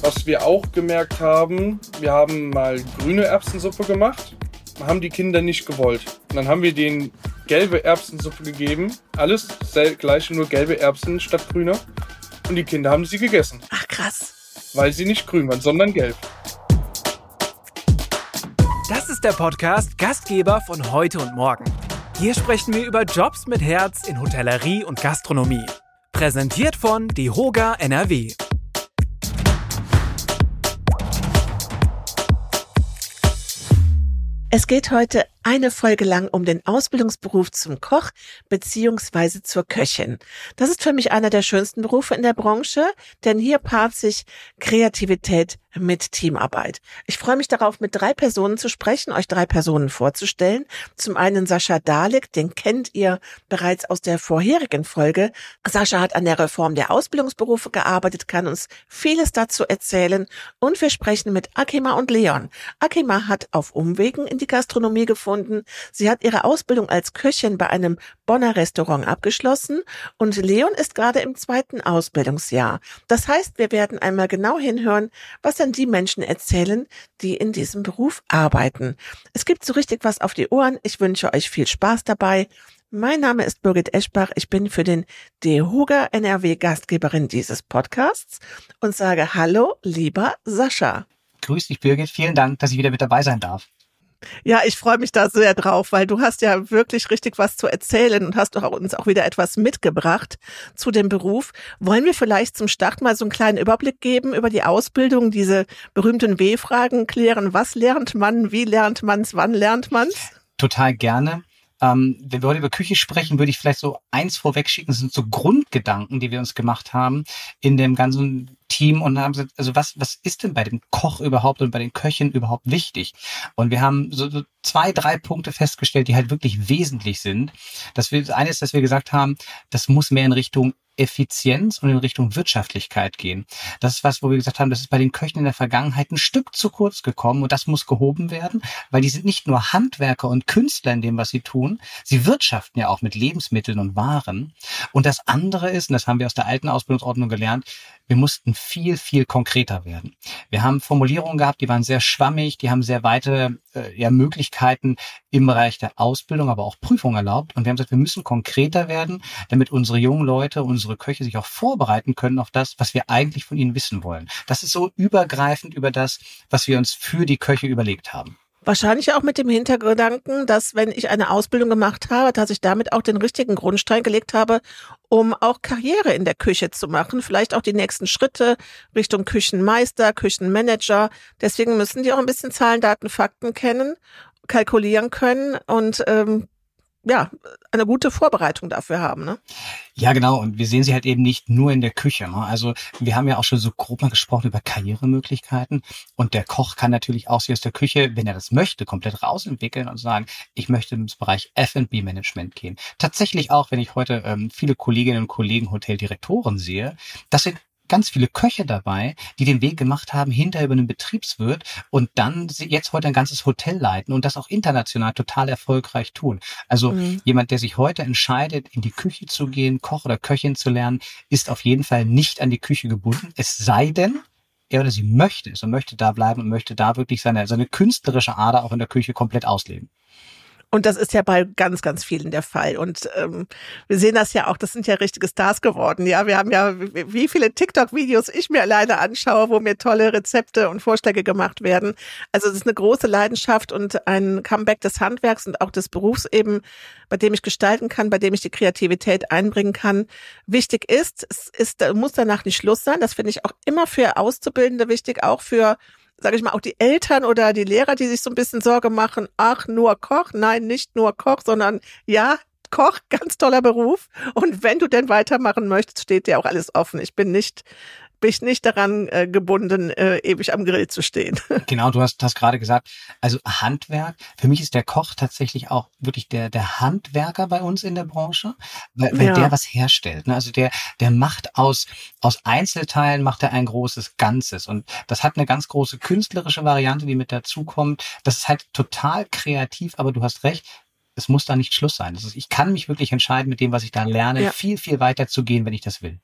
Was wir auch gemerkt haben, wir haben mal grüne Erbsensuppe gemacht, haben die Kinder nicht gewollt. Und dann haben wir denen gelbe Erbsensuppe gegeben, alles gleiche, nur gelbe Erbsen statt grüner. Und die Kinder haben sie gegessen. Ach krass. Weil sie nicht grün waren, sondern gelb. Das ist der Podcast Gastgeber von Heute und Morgen. Hier sprechen wir über Jobs mit Herz in Hotellerie und Gastronomie. Präsentiert von DEHOGA NRW. Es geht heute eine Folge lang um den Ausbildungsberuf zum Koch bzw. zur Köchin. Das ist für mich einer der schönsten Berufe in der Branche, denn hier paart sich Kreativität mit Teamarbeit. Ich freue mich darauf, mit 3 Personen zu sprechen, euch 3 Personen vorzustellen. Zum einen Sascha Dalek, den kennt ihr bereits aus der vorherigen Folge. Sascha hat an der Reform der Ausbildungsberufe gearbeitet, kann uns vieles dazu erzählen. Und wir sprechen mit Akima und Leon. Akima hat auf Umwegen in die Gastronomie gefunden. Sie hat ihre Ausbildung als Köchin bei einem Bonner Restaurant abgeschlossen und Leon ist gerade im 2. Ausbildungsjahr. Das heißt, wir werden einmal genau hinhören, was dann die Menschen erzählen, die in diesem Beruf arbeiten. Es gibt so richtig was auf die Ohren. Ich wünsche euch viel Spaß dabei. Mein Name ist Birgit Eschbach. Ich bin für den DEHOGA NRW Gastgeberin dieses Podcasts und sage Hallo, lieber Sascha. Grüß dich, Birgit. Vielen Dank, dass ich wieder mit dabei sein darf. Ja, ich freue mich da sehr drauf, weil du hast ja wirklich richtig was zu erzählen und hast doch uns auch wieder etwas mitgebracht zu dem Beruf. Wollen wir vielleicht zum Start mal so einen kleinen Überblick geben über die Ausbildung, diese berühmten W-Fragen klären? Was lernt man, wie lernt man es, wann lernt man es? Total gerne. Wenn wir heute über Küche sprechen, würde ich vielleicht so eins vorwegschicken. Das sind so Grundgedanken, die wir uns gemacht haben in dem ganzen Team und haben gesagt, also was ist denn bei dem Koch überhaupt und bei den Köchen überhaupt wichtig? Und wir haben so 2, 3 Punkte festgestellt, die halt wirklich wesentlich sind. Dass wir gesagt haben, das muss mehr in Richtung Effizienz und in Richtung Wirtschaftlichkeit gehen. Das ist was, wo wir gesagt haben, das ist bei den Köchen in der Vergangenheit ein Stück zu kurz gekommen und das muss gehoben werden, weil die sind nicht nur Handwerker und Künstler in dem, was sie tun, sie wirtschaften ja auch mit Lebensmitteln und Waren. Und das andere ist, und das haben wir aus der alten Ausbildungsordnung gelernt, wir mussten viel, viel konkreter werden. Wir haben Formulierungen gehabt, die waren sehr schwammig, die haben sehr weite Möglichkeiten im Bereich der Ausbildung, aber auch Prüfung erlaubt. Und wir haben gesagt, wir müssen konkreter werden, damit unsere jungen Leute, unsere Köche sich auch vorbereiten können auf das, was wir eigentlich von ihnen wissen wollen. Das ist so übergreifend über das, was wir uns für die Köche überlegt haben. Wahrscheinlich auch mit dem Hintergedanken, dass wenn ich eine Ausbildung gemacht habe, dass ich damit auch den richtigen Grundstein gelegt habe, um auch Karriere in der Küche zu machen, vielleicht auch die nächsten Schritte Richtung Küchenmeister, Küchenmanager. Deswegen müssen die auch ein bisschen Zahlen, Daten, Fakten kennen, kalkulieren können und eine gute Vorbereitung dafür haben, ne? Ja, genau. Und wir sehen sie halt eben nicht nur in der Küche. Ne? Also wir haben ja auch schon so grob mal gesprochen über Karrieremöglichkeiten. Und der Koch kann natürlich auch sich aus der Küche, wenn er das möchte, komplett rausentwickeln und sagen, ich möchte ins Bereich F&B-Management gehen. Tatsächlich auch, wenn ich heute viele Kolleginnen und Kollegen Hoteldirektoren sehe, das sind ganz viele Köche dabei, die den Weg gemacht haben, hinterher über einen Betriebswirt und dann jetzt heute ein ganzes Hotel leiten und das auch international total erfolgreich tun. Also jemand, der sich heute entscheidet, in die Küche zu gehen, Koch oder Köchin zu lernen, ist auf jeden Fall nicht an die Küche gebunden. Es sei denn, er oder sie möchte es und möchte da bleiben und möchte da wirklich seine künstlerische Ader auch in der Küche komplett ausleben. Und das ist ja bei ganz, ganz vielen der Fall. Und wir sehen das ja auch, das sind ja richtige Stars geworden. Ja, wir haben ja, wie viele TikTok-Videos ich mir alleine anschaue, wo mir tolle Rezepte und Vorschläge gemacht werden. Also es ist eine große Leidenschaft und ein Comeback des Handwerks und auch des Berufs eben, bei dem ich gestalten kann, bei dem ich die Kreativität einbringen kann. Wichtig ist, muss danach nicht Schluss sein. Das finde ich auch immer für Auszubildende wichtig, auch für, sage ich mal, auch die Eltern oder die Lehrer, die sich so ein bisschen Sorge machen, ach, nur Koch, nein, nicht nur Koch, sondern ja, Koch, ganz toller Beruf. Und wenn du denn weitermachen möchtest, steht dir auch alles offen. Ich bin nicht daran gebunden, ewig am Grill zu stehen. Genau, du hast gerade gesagt, also Handwerk, für mich ist der Koch tatsächlich auch wirklich der Handwerker bei uns in der Branche, weil der was herstellt. Ne? Also der macht aus Einzelteilen macht er ein großes Ganzes und das hat eine ganz große künstlerische Variante, die mit dazukommt. Das ist halt total kreativ, aber du hast recht, es muss da nicht Schluss sein. Das ist, ich kann mich wirklich entscheiden, mit dem, was ich da lerne, viel, viel weiter zu gehen, wenn ich das will.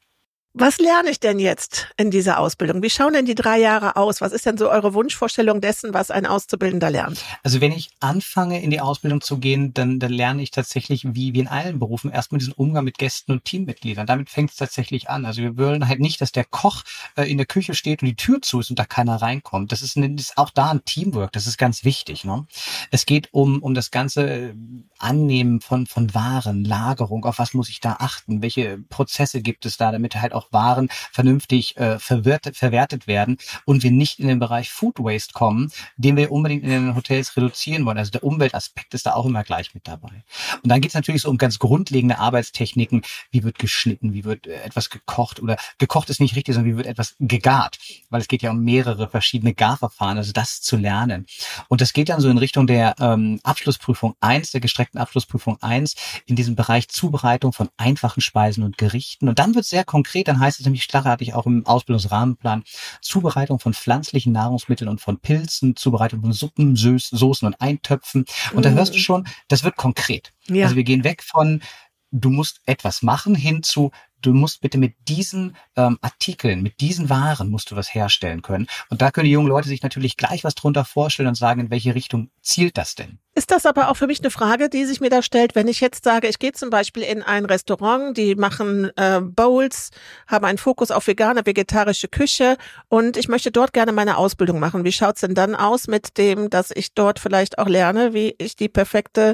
Was lerne ich denn jetzt in dieser Ausbildung? Wie schauen denn die 3 Jahre aus? Was ist denn so eure Wunschvorstellung dessen, was ein Auszubildender lernt? Also wenn ich anfange, in die Ausbildung zu gehen, dann lerne ich tatsächlich, wie in allen Berufen, erstmal diesen Umgang mit Gästen und Teammitgliedern. Damit fängt es tatsächlich an. Also wir wollen halt nicht, dass der Koch in der Küche steht und die Tür zu ist und da keiner reinkommt. Das ist auch da ein Teamwork. Das ist ganz wichtig. Ne? Es geht um das ganze Annehmen von Waren, Lagerung. Auf was muss ich da achten? Welche Prozesse gibt es da, damit halt auch Waren vernünftig verwertet werden und wir nicht in den Bereich Food Waste kommen, den wir unbedingt in den Hotels reduzieren wollen. Also der Umweltaspekt ist da auch immer gleich mit dabei. Und dann geht es natürlich so um ganz grundlegende Arbeitstechniken. Wie wird geschnitten? Wie wird etwas gekocht? Oder gekocht ist nicht richtig, sondern wie wird etwas gegart? Weil es geht ja um mehrere verschiedene Garverfahren, also das zu lernen. Und das geht dann so in Richtung der Abschlussprüfung 1, der gestreckten Abschlussprüfung 1, in diesem Bereich Zubereitung von einfachen Speisen und Gerichten. Und dann wird es sehr konkret, dann heißt es nämlich schlagartig auch im Ausbildungsrahmenplan Zubereitung von pflanzlichen Nahrungsmitteln und von Pilzen, Zubereitung von Suppen, Soßen und Eintöpfen. Und da hörst du schon, das wird konkret. Ja. Also wir gehen weg von, du musst etwas machen, hin zu, du musst bitte mit diesen Artikeln, mit diesen Waren musst du was herstellen können. Und da können die jungen Leute sich natürlich gleich was drunter vorstellen und sagen, in welche Richtung zielt das denn? Ist das aber auch für mich eine Frage, die sich mir da stellt, wenn ich jetzt sage, ich gehe zum Beispiel in ein Restaurant, die machen Bowls, haben einen Fokus auf vegane, vegetarische Küche und ich möchte dort gerne meine Ausbildung machen. Wie schaut's denn dann aus mit dem, dass ich dort vielleicht auch lerne, wie ich die perfekte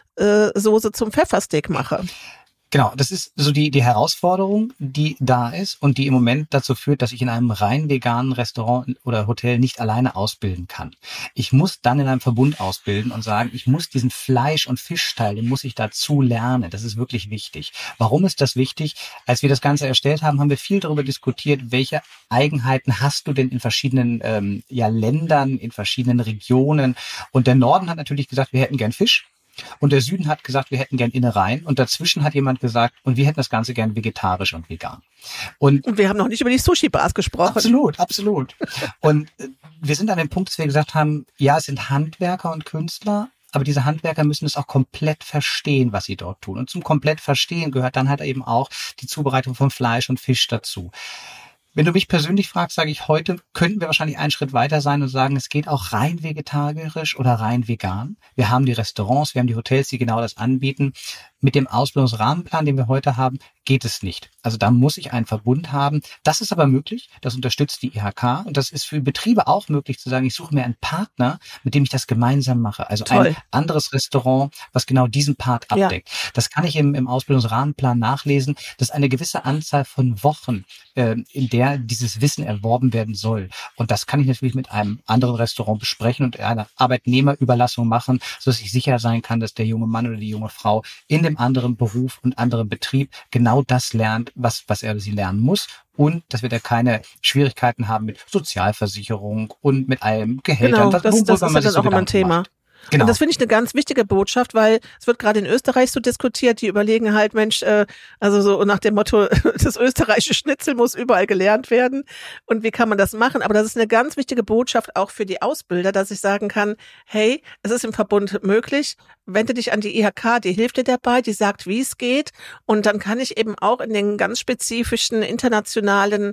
Soße zum Pfeffersteak mache? Genau, das ist so die Herausforderung, die da ist und die im Moment dazu führt, dass ich in einem rein veganen Restaurant oder Hotel nicht alleine ausbilden kann. Ich muss dann in einem Verbund ausbilden und sagen, ich muss diesen Fleisch- und Fischteil, den muss ich dazu lernen. Das ist wirklich wichtig. Warum ist das wichtig? Als wir das Ganze erstellt haben, haben wir viel darüber diskutiert, welche Eigenheiten hast du denn in verschiedenen Ländern, in verschiedenen Regionen. Und der Norden hat natürlich gesagt, wir hätten gern Fisch. Und der Süden hat gesagt, wir hätten gern Innereien. Und dazwischen hat jemand gesagt, und wir hätten das Ganze gern vegetarisch und vegan. Und wir haben noch nicht über die Sushi-Bars gesprochen. Absolut. Und wir sind an dem Punkt, dass wir gesagt haben, ja, es sind Handwerker und Künstler, aber diese Handwerker müssen es auch komplett verstehen, was sie dort tun. Und zum komplett Verstehen gehört dann halt eben auch die Zubereitung von Fleisch und Fisch dazu. Wenn du mich persönlich fragst, sage ich, heute könnten wir wahrscheinlich einen Schritt weiter sein und sagen, es geht auch rein vegetarisch oder rein vegan. Wir haben die Restaurants, wir haben die Hotels, die genau das anbieten. Mit dem Ausbildungsrahmenplan, den wir heute haben, geht es nicht. Also da muss ich einen Verbund haben. Das ist aber möglich. Das unterstützt die IHK. Und das ist für Betriebe auch möglich zu sagen, ich suche mir einen Partner, mit dem ich das gemeinsam mache. Also ein anderes Restaurant, was genau diesen Part abdeckt. Ja. Das kann ich im Ausbildungsrahmenplan nachlesen. Das ist eine gewisse Anzahl von Wochen, in der dieses Wissen erworben werden soll. Und das kann ich natürlich mit einem anderen Restaurant besprechen und eine Arbeitnehmerüberlassung machen, sodass ich sicher sein kann, dass der junge Mann oder die junge Frau in dem anderen Beruf und anderen Betrieb genau das lernt, was er oder sie lernen muss. Und dass wir da keine Schwierigkeiten haben mit Sozialversicherung und mit allem Gehältern. Genau, das ist ja dann auch immer ein Thema. Macht. Genau. Und das finde ich eine ganz wichtige Botschaft, weil es wird gerade in Österreich so diskutiert, die überlegen halt, Mensch, also so nach dem Motto, das österreichische Schnitzel muss überall gelernt werden und wie kann man das machen? Aber das ist eine ganz wichtige Botschaft auch für die Ausbilder, dass ich sagen kann, hey, es ist im Verbund möglich, wende dich an die IHK, die hilft dir dabei, die sagt, wie es geht und dann kann ich eben auch in den ganz spezifischen internationalen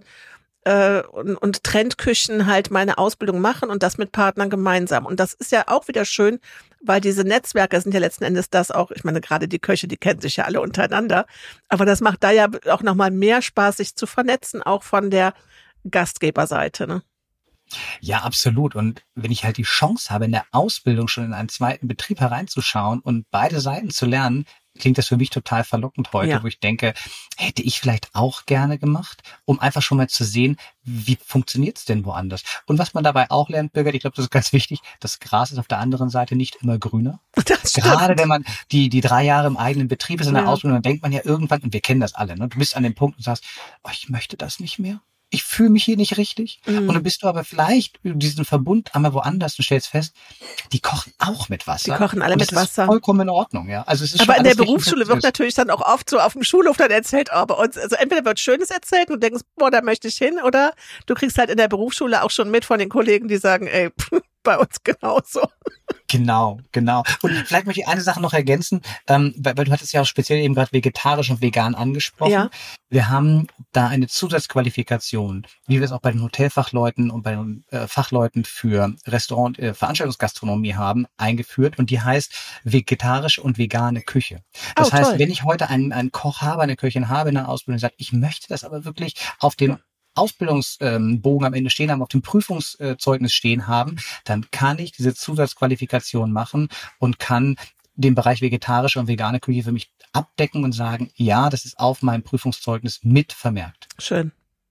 und Trendküchen halt meine Ausbildung machen und das mit Partnern gemeinsam. Und das ist ja auch wieder schön, weil diese Netzwerke sind ja letzten Endes das auch, ich meine, gerade die Köche, die kennen sich ja alle untereinander, aber das macht da ja auch nochmal mehr Spaß, sich zu vernetzen, auch von der Gastgeberseite, ne? Ja, absolut. Und wenn ich halt die Chance habe, in der Ausbildung schon in einen zweiten Betrieb hereinzuschauen und beide Seiten zu lernen, klingt das für mich total verlockend heute, wo ich denke, hätte ich vielleicht auch gerne gemacht, um einfach schon mal zu sehen, wie funktioniert's denn woanders? Und was man dabei auch lernt, Birgit, ich glaube, das ist ganz wichtig, das Gras ist auf der anderen Seite nicht immer grüner. Das Gerade wenn man die 3 Jahre im eigenen Betrieb ist in der Ausbildung, dann denkt man ja irgendwann, und wir kennen das alle, ne? Du bist an dem Punkt und sagst, oh, ich möchte das nicht mehr. Ich fühle mich hier nicht richtig. Und dann bist du aber vielleicht über diesen Verbund einmal woanders und stellst fest, die kochen auch mit Wasser. Die kochen alle mit Wasser. Das ist vollkommen in Ordnung, ja. Also es ist aber in der Berufsschule wird natürlich dann auch oft so auf dem Schulhof dann erzählt, oh, bei uns, also entweder wird Schönes erzählt und du denkst, boah, da möchte ich hin, oder du kriegst halt in der Berufsschule auch schon mit von den Kollegen, die sagen, ey, bei uns genauso. Genau. Und vielleicht möchte ich eine Sache noch ergänzen, weil du hattest ja auch speziell eben gerade vegetarisch und vegan angesprochen. Ja. Wir haben da eine Zusatzqualifikation, wie wir es auch bei den Hotelfachleuten und bei den Fachleuten für Veranstaltungsgastronomie haben, eingeführt und die heißt vegetarische und vegane Küche. Das heißt, toll. wenn ich heute einen Koch habe, eine Köchin habe in der Ausbildung, die sagt, ich möchte das aber wirklich auf dem Ausbildungsbogen am Ende stehen haben, auf dem Prüfungszeugnis stehen haben, dann kann ich diese Zusatzqualifikation machen und kann den Bereich vegetarische und vegane Küche für mich abdecken und sagen, ja, das ist auf meinem Prüfungszeugnis mit vermerkt. Schön.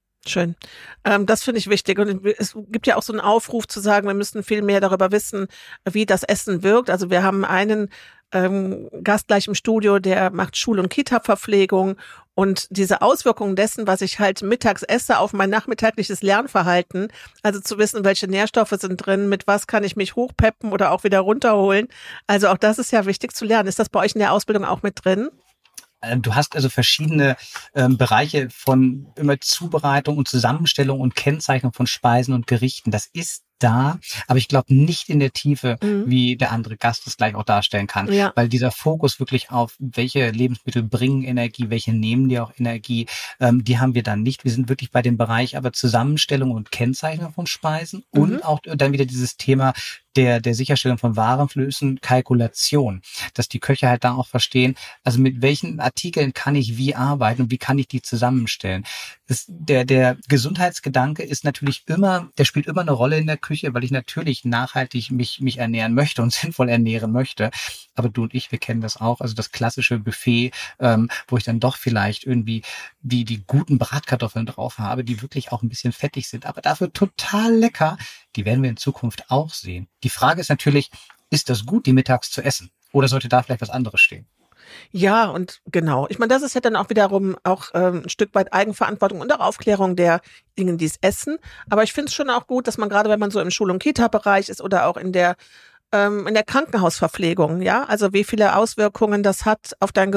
Das finde ich wichtig. Und es gibt ja auch so einen Aufruf zu sagen, wir müssen viel mehr darüber wissen, wie das Essen wirkt. Also wir haben einen Gast gleich im Studio, der macht Schul- und Kita-Verpflegung und diese Auswirkungen dessen, was ich halt mittags esse, auf mein nachmittagliches Lernverhalten, also zu wissen, welche Nährstoffe sind drin, mit was kann ich mich hochpeppen oder auch wieder runterholen. Also auch das ist ja wichtig zu lernen. Ist das bei euch in der Ausbildung auch mit drin? Du hast also verschiedene Bereiche von immer Zubereitung und Zusammenstellung und Kennzeichnung von Speisen und Gerichten. Das ist da, aber ich glaube nicht in der Tiefe, wie der andere Gast es gleich auch darstellen kann. Ja. Weil dieser Fokus wirklich auf, welche Lebensmittel bringen Energie, welche nehmen dir auch Energie, die haben wir dann nicht. Wir sind wirklich bei dem Bereich aber Zusammenstellung und Kennzeichnung von Speisen und auch dann wieder dieses Thema der Sicherstellung von Warenflüssen, Kalkulation, dass die Köche halt da auch verstehen, also mit welchen Artikeln kann ich wie arbeiten und wie kann ich die zusammenstellen. Der Gesundheitsgedanke ist natürlich immer, der spielt immer eine Rolle in der Küche, weil ich natürlich nachhaltig mich ernähren möchte und sinnvoll ernähren möchte. Aber du und ich, wir kennen das auch, also das klassische Buffet, wo ich dann doch vielleicht irgendwie die guten Bratkartoffeln drauf habe, die wirklich auch ein bisschen fettig sind, aber dafür total lecker. Die werden wir in Zukunft auch sehen. Die Frage ist natürlich, ist das gut, die mittags zu essen? Oder sollte da vielleicht was anderes stehen? Ja, und genau. Ich meine, das ist ja dann auch wiederum auch ein Stück weit Eigenverantwortung und auch Aufklärung derjenigen, die es essen. Aber ich finde es schon auch gut, dass man gerade, wenn man so im Schul- und Kita-Bereich ist oder auch in der Krankenhausverpflegung, ja, also wie viele Auswirkungen das hat auf dein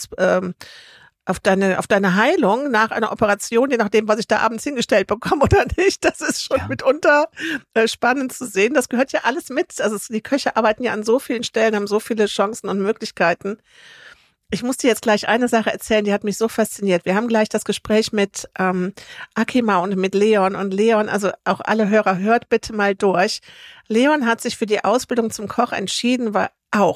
auf deine Heilung nach einer Operation, je nachdem, was ich da abends hingestellt bekomme oder nicht. Das ist schon mitunter spannend zu sehen. Das gehört ja alles mit. Also die Köche arbeiten ja an so vielen Stellen, haben so viele Chancen und Möglichkeiten. Ich muss dir jetzt gleich eine Sache erzählen, die hat mich so fasziniert. Wir haben gleich das Gespräch mit Akima und mit Leon. Und Leon, also auch alle Hörer, hört bitte mal durch. Leon hat sich für die Ausbildung zum Koch entschieden, weil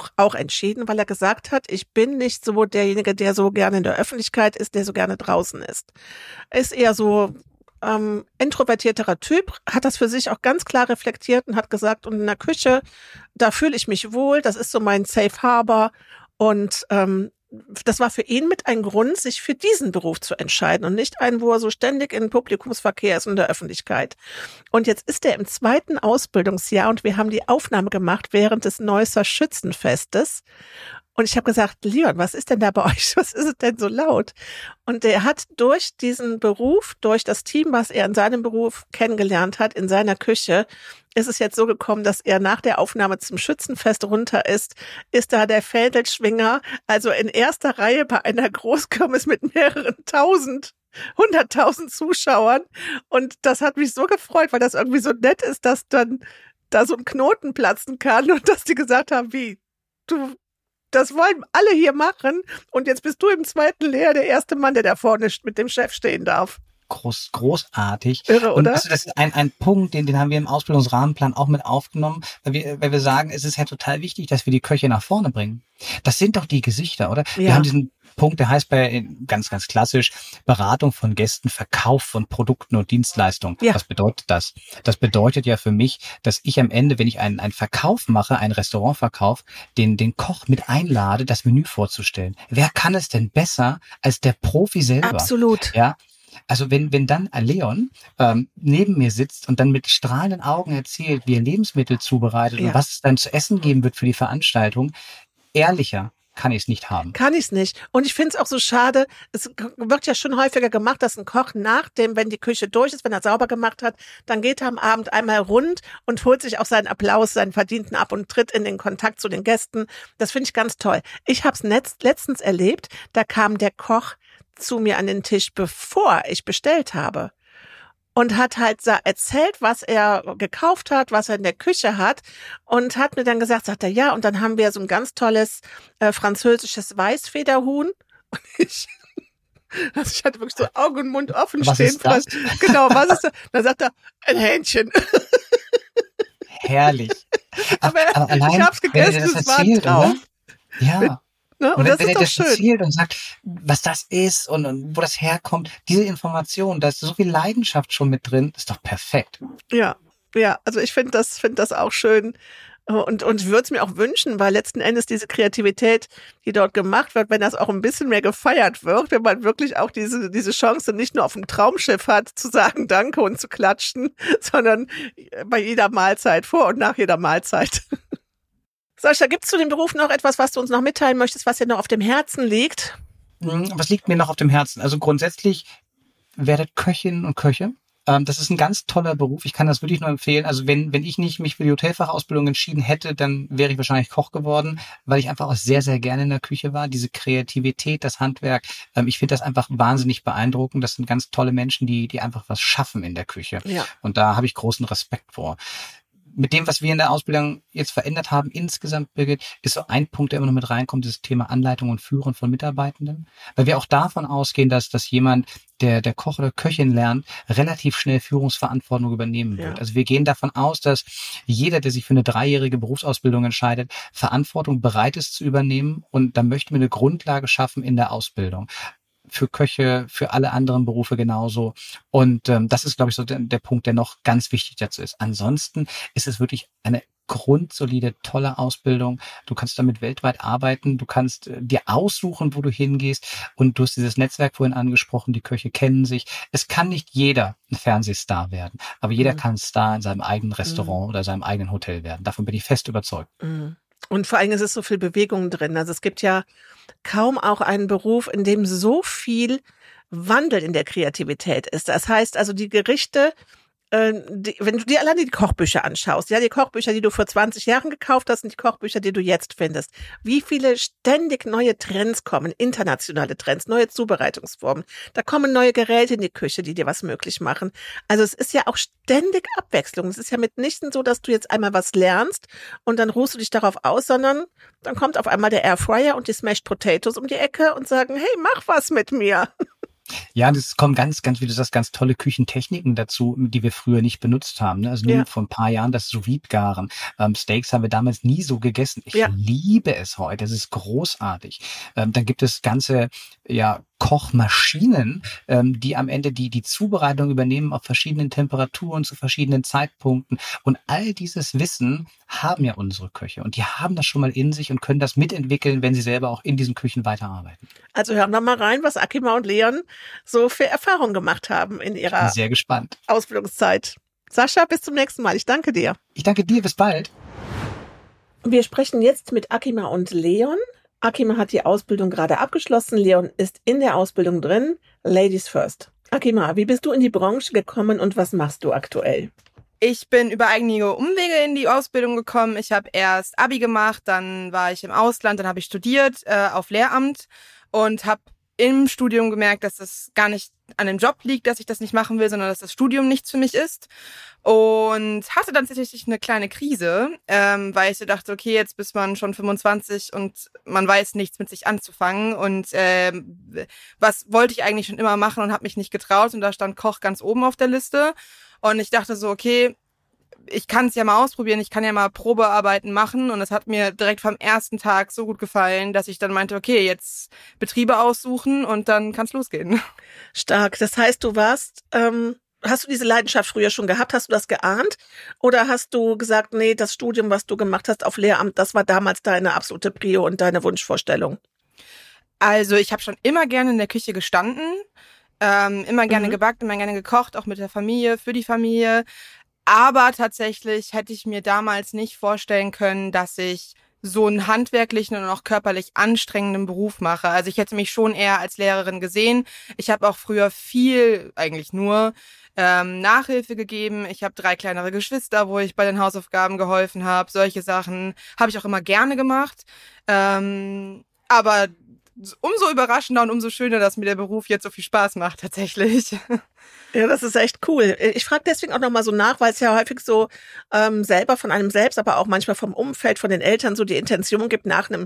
er gesagt hat, ich bin nicht so derjenige, der so gerne in der Öffentlichkeit ist, der so gerne draußen ist. Ist eher so introvertierterer Typ, hat das für sich auch ganz klar reflektiert und hat gesagt, und in der Küche, da fühle ich mich wohl, das ist so mein Safe Harbor. Und das war für ihn mit ein Grund, sich für diesen Beruf zu entscheiden und nicht einen, wo er so ständig in Publikumsverkehr ist und in der Öffentlichkeit. Und jetzt ist er im 2. Ausbildungsjahr und wir haben die Aufnahme gemacht während des Neusser Schützenfestes. Und ich habe gesagt, Leon, was ist denn da bei euch? Was ist es denn so laut? Und er hat durch diesen Beruf, durch das Team, was er in seinem Beruf kennengelernt hat, in seiner Küche, ist es jetzt so gekommen, dass er nach der Aufnahme zum Schützenfest runter ist da der Fädelschwinger, also in erster Reihe bei einer Großkirmes mit mehreren 100.000 Zuschauern. Und das hat mich so gefreut, weil das irgendwie so nett ist, dass dann da so ein Knoten platzen kann und dass die gesagt haben, das wollen alle hier machen und jetzt bist du im 2. Lehrjahr der erste Mann, der da vorne mit dem Chef stehen darf. Großartig. Irre, oder? Und also das ist ein Punkt, den haben wir im Ausbildungsrahmenplan auch mit aufgenommen, weil wir sagen, es ist ja total wichtig, dass wir die Köche nach vorne bringen. Das sind doch die Gesichter, oder? Ja. Wir haben diesen Punkt, der heißt ganz, ganz klassisch, Beratung von Gästen, Verkauf von Produkten und Dienstleistungen. Ja. Was bedeutet das? Das bedeutet ja für mich, dass ich am Ende, wenn ich einen Verkauf mache, einen Restaurantverkauf, den Koch mit einlade, das Menü vorzustellen. Wer kann es denn besser als der Profi selber? Absolut. Ja. Also wenn dann Leon neben mir sitzt und dann mit strahlenden Augen erzählt, wie er Lebensmittel zubereitet und was es dann zu essen geben wird für die Veranstaltung, ehrlicher kann ich es nicht haben. Kann ich es nicht. Und ich finde es auch so schade, es wird ja schon häufiger gemacht, dass ein Koch wenn die Küche durch ist, wenn er sauber gemacht hat, dann geht er am Abend einmal rund und holt sich auch seinen Applaus, seinen Verdienten ab und tritt in den Kontakt zu den Gästen. Das finde ich ganz toll. Ich habe es letztens erlebt, da kam der Koch zu mir an den Tisch, bevor ich bestellt habe. und hat halt erzählt, was er gekauft hat, was er in der Küche hat und hat mir dann gesagt, sagt er, ja, und dann haben wir so ein ganz tolles französisches Weißfederhuhn und ich hatte wirklich so Augen und Mund offen Was stehen. ist das? Genau, was ist das? Dann sagt er, ein Hähnchen. Herrlich. Aber allein, ich hab's wenn er gegessen, das es war erzählt, drauf. oder? Ja. Ne? Und wenn das er ist doch das schön. erzählt und sagt, was das ist und wo das herkommt, diese Information, da ist so viel Leidenschaft schon mit drin, ist doch perfekt. Ja, also ich finde das auch schön und würde es mir auch wünschen, weil letzten Endes diese Kreativität, die dort gemacht wird, wenn das auch ein bisschen mehr gefeiert wird, wenn man wirklich auch diese Chance nicht nur auf dem Traumschiff hat, zu sagen Danke und zu klatschen, sondern bei jeder Mahlzeit, vor und nach jeder Mahlzeit. Sascha, gibt's zu dem Beruf noch etwas, was du uns noch mitteilen möchtest, was dir noch auf dem Herzen liegt? Was liegt mir noch auf dem Herzen? Also grundsätzlich werdet Köchinnen und Köche. Das ist ein ganz toller Beruf. Ich kann das wirklich nur empfehlen. Also wenn ich nicht mich für die Hotelfachausbildung entschieden hätte, dann wäre ich wahrscheinlich Koch geworden, weil ich einfach auch sehr, sehr gerne in der Küche war. Diese Kreativität, das Handwerk. Ich finde das einfach wahnsinnig beeindruckend. Das sind ganz tolle Menschen, die einfach was schaffen in der Küche. Ja. Und da habe ich großen Respekt vor. Mit dem, was wir in der Ausbildung jetzt verändert haben, insgesamt, Birgit, ist so ein Punkt, der immer noch mit reinkommt, das Thema Anleitung und Führen von Mitarbeitenden. Weil wir auch davon ausgehen, dass jemand, der Koch oder Köchin lernt, relativ schnell Führungsverantwortung übernehmen wird. Ja. Also wir gehen davon aus, dass jeder, der sich für eine 3-jährige Berufsausbildung entscheidet, Verantwortung bereit ist zu übernehmen. Und da möchten wir eine Grundlage schaffen in der Ausbildung. Für Köche, für alle anderen Berufe genauso. Und das ist, glaube ich, so der Punkt, der noch ganz wichtig dazu ist. Ansonsten ist es wirklich eine grundsolide, tolle Ausbildung. Du kannst damit weltweit arbeiten. Du kannst dir aussuchen, wo du hingehst. Und du hast dieses Netzwerk vorhin angesprochen. Die Köche kennen sich. Es kann nicht jeder ein Fernsehstar werden, aber jeder kann Star in seinem eigenen Restaurant oder seinem eigenen Hotel werden. Davon bin ich fest überzeugt. Und vor allem ist es so viel Bewegung drin. Also es gibt ja kaum auch einen Beruf, in dem so viel Wandel in der Kreativität ist. Das heißt also, die Gerichte, wenn du dir alleine die Kochbücher anschaust, ja, die Kochbücher, die du vor 20 Jahren gekauft hast und die Kochbücher, die du jetzt findest, wie viele ständig neue Trends kommen, internationale Trends, neue Zubereitungsformen. Da kommen neue Geräte in die Küche, die dir was möglich machen. Also es ist ja auch ständig Abwechslung. Es ist ja mitnichten so, dass du jetzt einmal was lernst und dann ruhst du dich darauf aus, sondern dann kommt auf einmal der Airfryer und die Smashed Potatoes um die Ecke und sagen, hey, mach was mit mir. Ja, das kommen ganz, wie du sagst, ganz tolle Küchentechniken dazu, die wir früher nicht benutzt haben. Ne? Also nur vor ein paar Jahren das Sous-Vide-Garen. Steaks haben wir damals nie so gegessen. Ich liebe es heute. Es ist großartig. Dann gibt es ganze, Kochmaschinen, die am Ende die Zubereitung übernehmen auf verschiedenen Temperaturen zu verschiedenen Zeitpunkten. Und all dieses Wissen haben ja unsere Köche. Und die haben das schon mal in sich und können das mitentwickeln, wenn sie selber auch in diesen Küchen weiterarbeiten. Also hören wir mal rein, was Akima und Leon so für Erfahrungen gemacht haben in ihrer Ich bin sehr gespannt. Ausbildungszeit. Sascha, bis zum nächsten Mal. Ich danke dir. Ich danke dir. Bis bald. Wir sprechen jetzt mit Akima und Leon. Akima hat die Ausbildung gerade abgeschlossen. Leon ist in der Ausbildung drin. Ladies first. Akima, wie bist du in die Branche gekommen und was machst du aktuell? Ich bin über einige Umwege in die Ausbildung gekommen. Ich habe erst Abi gemacht, dann war ich im Ausland, dann habe ich studiert auf Lehramt und habe im Studium gemerkt, dass das gar nicht an dem Job liegt, dass ich das nicht machen will, sondern dass das Studium nichts für mich ist. Und hatte dann tatsächlich eine kleine Krise, weil ich so dachte, okay, jetzt bist man schon 25 und man weiß nichts mit sich anzufangen. Und was wollte ich eigentlich schon immer machen und habe mich nicht getraut. Und da stand Koch ganz oben auf der Liste. Und ich dachte so, okay, ich kann es ja mal ausprobieren, ich kann ja mal Probearbeiten machen und es hat mir direkt vom ersten Tag so gut gefallen, dass ich dann meinte, okay, jetzt Betriebe aussuchen und dann kann's losgehen. Stark. Das heißt, du warst, hast du diese Leidenschaft früher schon gehabt? Hast du das geahnt? Oder hast du gesagt, nee, das Studium, was du gemacht hast auf Lehramt, das war damals deine absolute Prio und deine Wunschvorstellung? Also ich habe schon immer gerne in der Küche gestanden, immer gerne gebackt, immer gerne gekocht, auch mit der Familie, für die Familie. Aber tatsächlich hätte ich mir damals nicht vorstellen können, dass ich so einen handwerklichen und auch körperlich anstrengenden Beruf mache. Also ich hätte mich schon eher als Lehrerin gesehen. Ich habe auch früher viel, eigentlich nur, Nachhilfe gegeben. Ich habe 3 kleinere Geschwister, wo ich bei den Hausaufgaben geholfen habe. Solche Sachen habe ich auch immer gerne gemacht. Aber umso überraschender und umso schöner, dass mir der Beruf jetzt so viel Spaß macht, tatsächlich. Ja, das ist echt cool. Ich frage deswegen auch nochmal so nach, weil es ja häufig so selber von einem selbst, aber auch manchmal vom Umfeld, von den Eltern so die Intention gibt, nach einem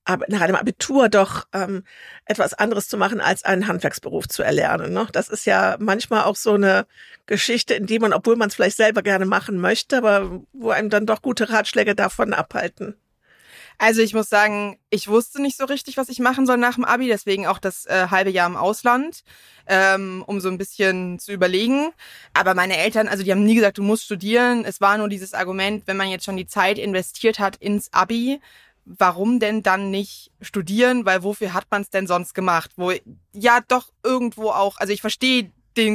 Abitur doch etwas anderes zu machen, als einen Handwerksberuf zu erlernen. Ne? Das ist ja manchmal auch so eine Geschichte, in die man, obwohl man es vielleicht selber gerne machen möchte, aber wo einem dann doch gute Ratschläge davon abhalten. Also ich muss sagen, ich wusste nicht so richtig, was ich machen soll nach dem Abi, deswegen auch das halbe Jahr im Ausland, um so ein bisschen zu überlegen. Aber meine Eltern, also die haben nie gesagt, du musst studieren. Es war nur dieses Argument, wenn man jetzt schon die Zeit investiert hat ins Abi, warum denn dann nicht studieren? Weil wofür hat man es denn sonst gemacht? Wo ja doch irgendwo auch, also ich verstehe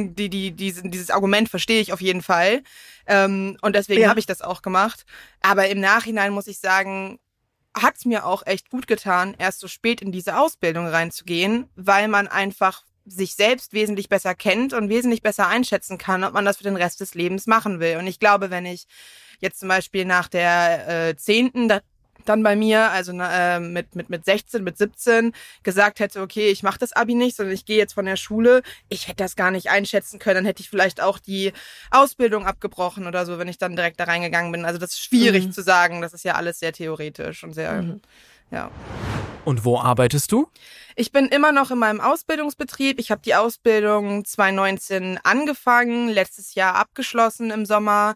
dieses Argument verstehe ich auf jeden Fall. Und deswegen habe ich das auch gemacht. Aber im Nachhinein muss ich sagen, hat's mir auch echt gut getan, erst so spät in diese Ausbildung reinzugehen, weil man einfach sich selbst wesentlich besser kennt und wesentlich besser einschätzen kann, ob man das für den Rest des Lebens machen will. Und ich glaube, wenn ich jetzt zum Beispiel nach der 10. dann bei mir, also mit 16, mit 17 gesagt hätte, okay, ich mache das Abi nicht, sondern ich gehe jetzt von der Schule, ich hätte das gar nicht einschätzen können, dann hätte ich vielleicht auch die Ausbildung abgebrochen oder so, wenn ich dann direkt da reingegangen bin. Also das ist schwierig zu sagen, das ist ja alles sehr theoretisch und sehr, ja. Und wo arbeitest du? Ich bin immer noch in meinem Ausbildungsbetrieb. Ich habe die Ausbildung 2019 angefangen, letztes Jahr abgeschlossen im Sommer.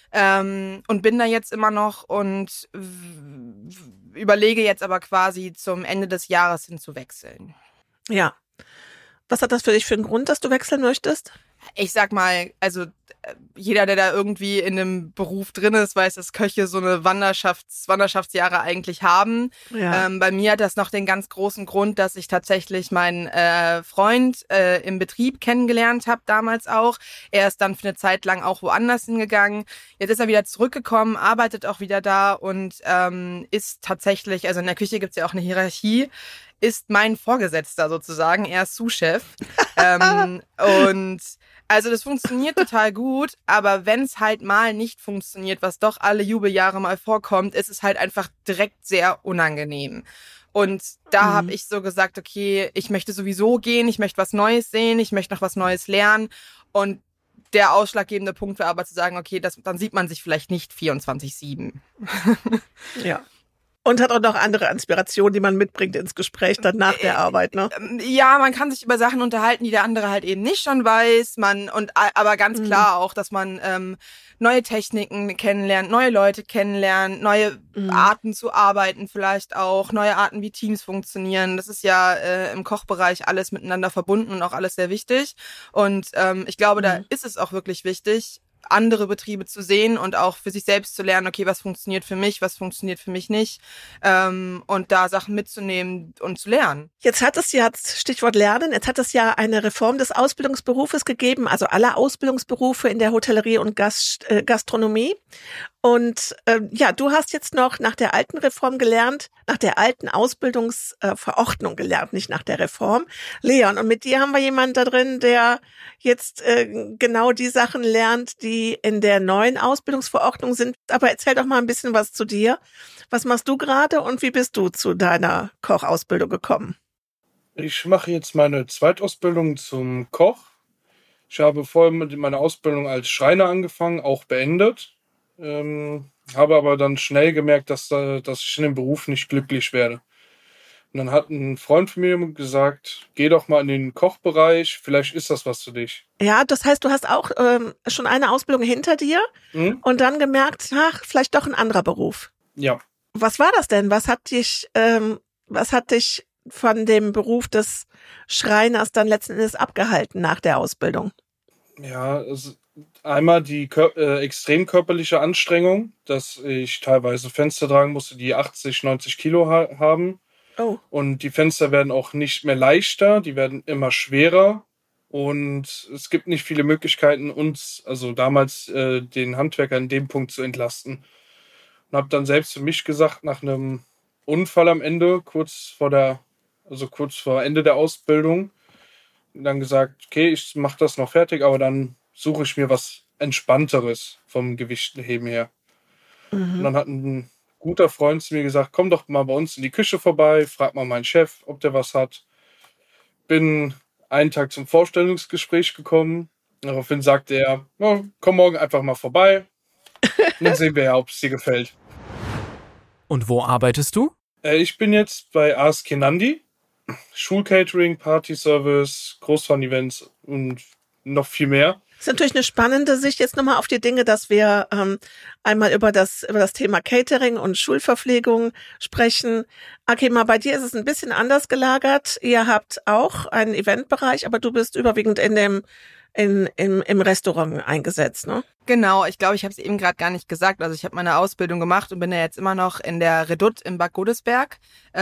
Und bin da jetzt immer noch und überlege jetzt aber quasi zum Ende des Jahres hin zu wechseln. Ja. Was hat das für dich für einen Grund, dass du wechseln möchtest? Ich sag mal, also jeder, der da irgendwie in einem Beruf drin ist, weiß, dass Köche so eine Wanderschaftsjahre eigentlich haben. Ja. Bei mir hat das noch den ganz großen Grund, dass ich tatsächlich meinen Freund im Betrieb kennengelernt habe, damals auch. Er ist dann für eine Zeit lang auch woanders hingegangen. Jetzt ist er wieder zurückgekommen, arbeitet auch wieder da und ist tatsächlich, also in der Küche gibt's ja auch eine Hierarchie, ist mein Vorgesetzter sozusagen. Er ist Sous-Chef. Und also das funktioniert total gut, aber wenn es halt mal nicht funktioniert, was doch alle Jubeljahre mal vorkommt, ist es halt einfach direkt sehr unangenehm. Und da habe ich so gesagt, okay, ich möchte sowieso gehen, ich möchte was Neues sehen, ich möchte noch was Neues lernen. Und der ausschlaggebende Punkt war aber zu sagen, okay, dann sieht man sich vielleicht nicht 24/7. Ja. Und hat auch noch andere Inspirationen, die man mitbringt ins Gespräch dann nach der Arbeit, ne? Ja, man kann sich über Sachen unterhalten, die der andere halt eben nicht schon weiß. Aber ganz klar auch, dass man neue Techniken kennenlernt, neue Leute kennenlernt, neue Arten zu arbeiten vielleicht auch, neue Arten, wie Teams funktionieren. Das ist ja im Kochbereich alles miteinander verbunden und auch alles sehr wichtig. Und ich glaube, da ist es auch wirklich wichtig, andere Betriebe zu sehen und auch für sich selbst zu lernen, okay, was funktioniert für mich nicht, und da Sachen mitzunehmen und zu lernen. Jetzt hat es ja, Stichwort Lernen, jetzt hat es ja eine Reform des Ausbildungsberufes gegeben, also aller Ausbildungsberufe in der Hotellerie und Gastronomie. Und ja, du hast jetzt noch nach der alten Reform gelernt, nach der alten Ausbildungsverordnung gelernt, nicht nach der Reform. Leon, und mit dir haben wir jemanden da drin, der jetzt genau die Sachen lernt, die in der neuen Ausbildungsverordnung sind. Aber erzähl doch mal ein bisschen was zu dir. Was machst du gerade und wie bist du zu deiner Kochausbildung gekommen? Ich mache jetzt meine Zweitausbildung zum Koch. Ich habe vorher mit meiner Ausbildung als Schreiner angefangen, auch beendet. Habe aber dann schnell gemerkt, dass ich in dem Beruf nicht glücklich werde. Und dann hat ein Freund von mir gesagt, geh doch mal in den Kochbereich, vielleicht ist das was für dich. Ja, das heißt, du hast auch schon eine Ausbildung hinter dir und dann gemerkt, ach, vielleicht doch ein anderer Beruf. Ja. Was war das denn? Was hat dich von dem Beruf des Schreiners dann letzten Endes abgehalten nach der Ausbildung? Ja, einmal die extrem körperliche Anstrengung, dass ich teilweise Fenster tragen musste, die 80, 90 Kilo haben. Oh. Und die Fenster werden auch nicht mehr leichter, die werden immer schwerer. Und es gibt nicht viele Möglichkeiten, uns, also damals den Handwerker in dem Punkt zu entlasten. Und habe dann selbst für mich gesagt, nach einem Unfall am Ende, kurz vor Ende der Ausbildung, dann gesagt, okay, ich mache das noch fertig, aber dann suche ich mir was Entspannteres vom Gewichtenheben her. Und dann hat ein guter Freund zu mir gesagt, komm doch mal bei uns in die Küche vorbei, frag mal meinen Chef, ob der was hat. Bin einen Tag zum Vorstellungsgespräch gekommen. Daraufhin sagte er, oh, komm morgen einfach mal vorbei. Und dann sehen wir ja, ob es dir gefällt. Und wo arbeitest du? Ich bin jetzt bei AS Kenandi. Schulcatering, Partyservice, Großfun-Events und noch viel mehr. Das ist natürlich eine spannende Sicht jetzt nochmal auf die Dinge, dass wir einmal über das Thema Catering und Schulverpflegung sprechen. Akima, bei dir ist es ein bisschen anders gelagert. Ihr habt auch einen Eventbereich, aber du bist überwiegend im Restaurant eingesetzt, ne? Genau, ich glaube, ich habe es eben gerade gar nicht gesagt. Also ich habe meine Ausbildung gemacht und bin ja jetzt immer noch in der Redoute in Bad Godesberg.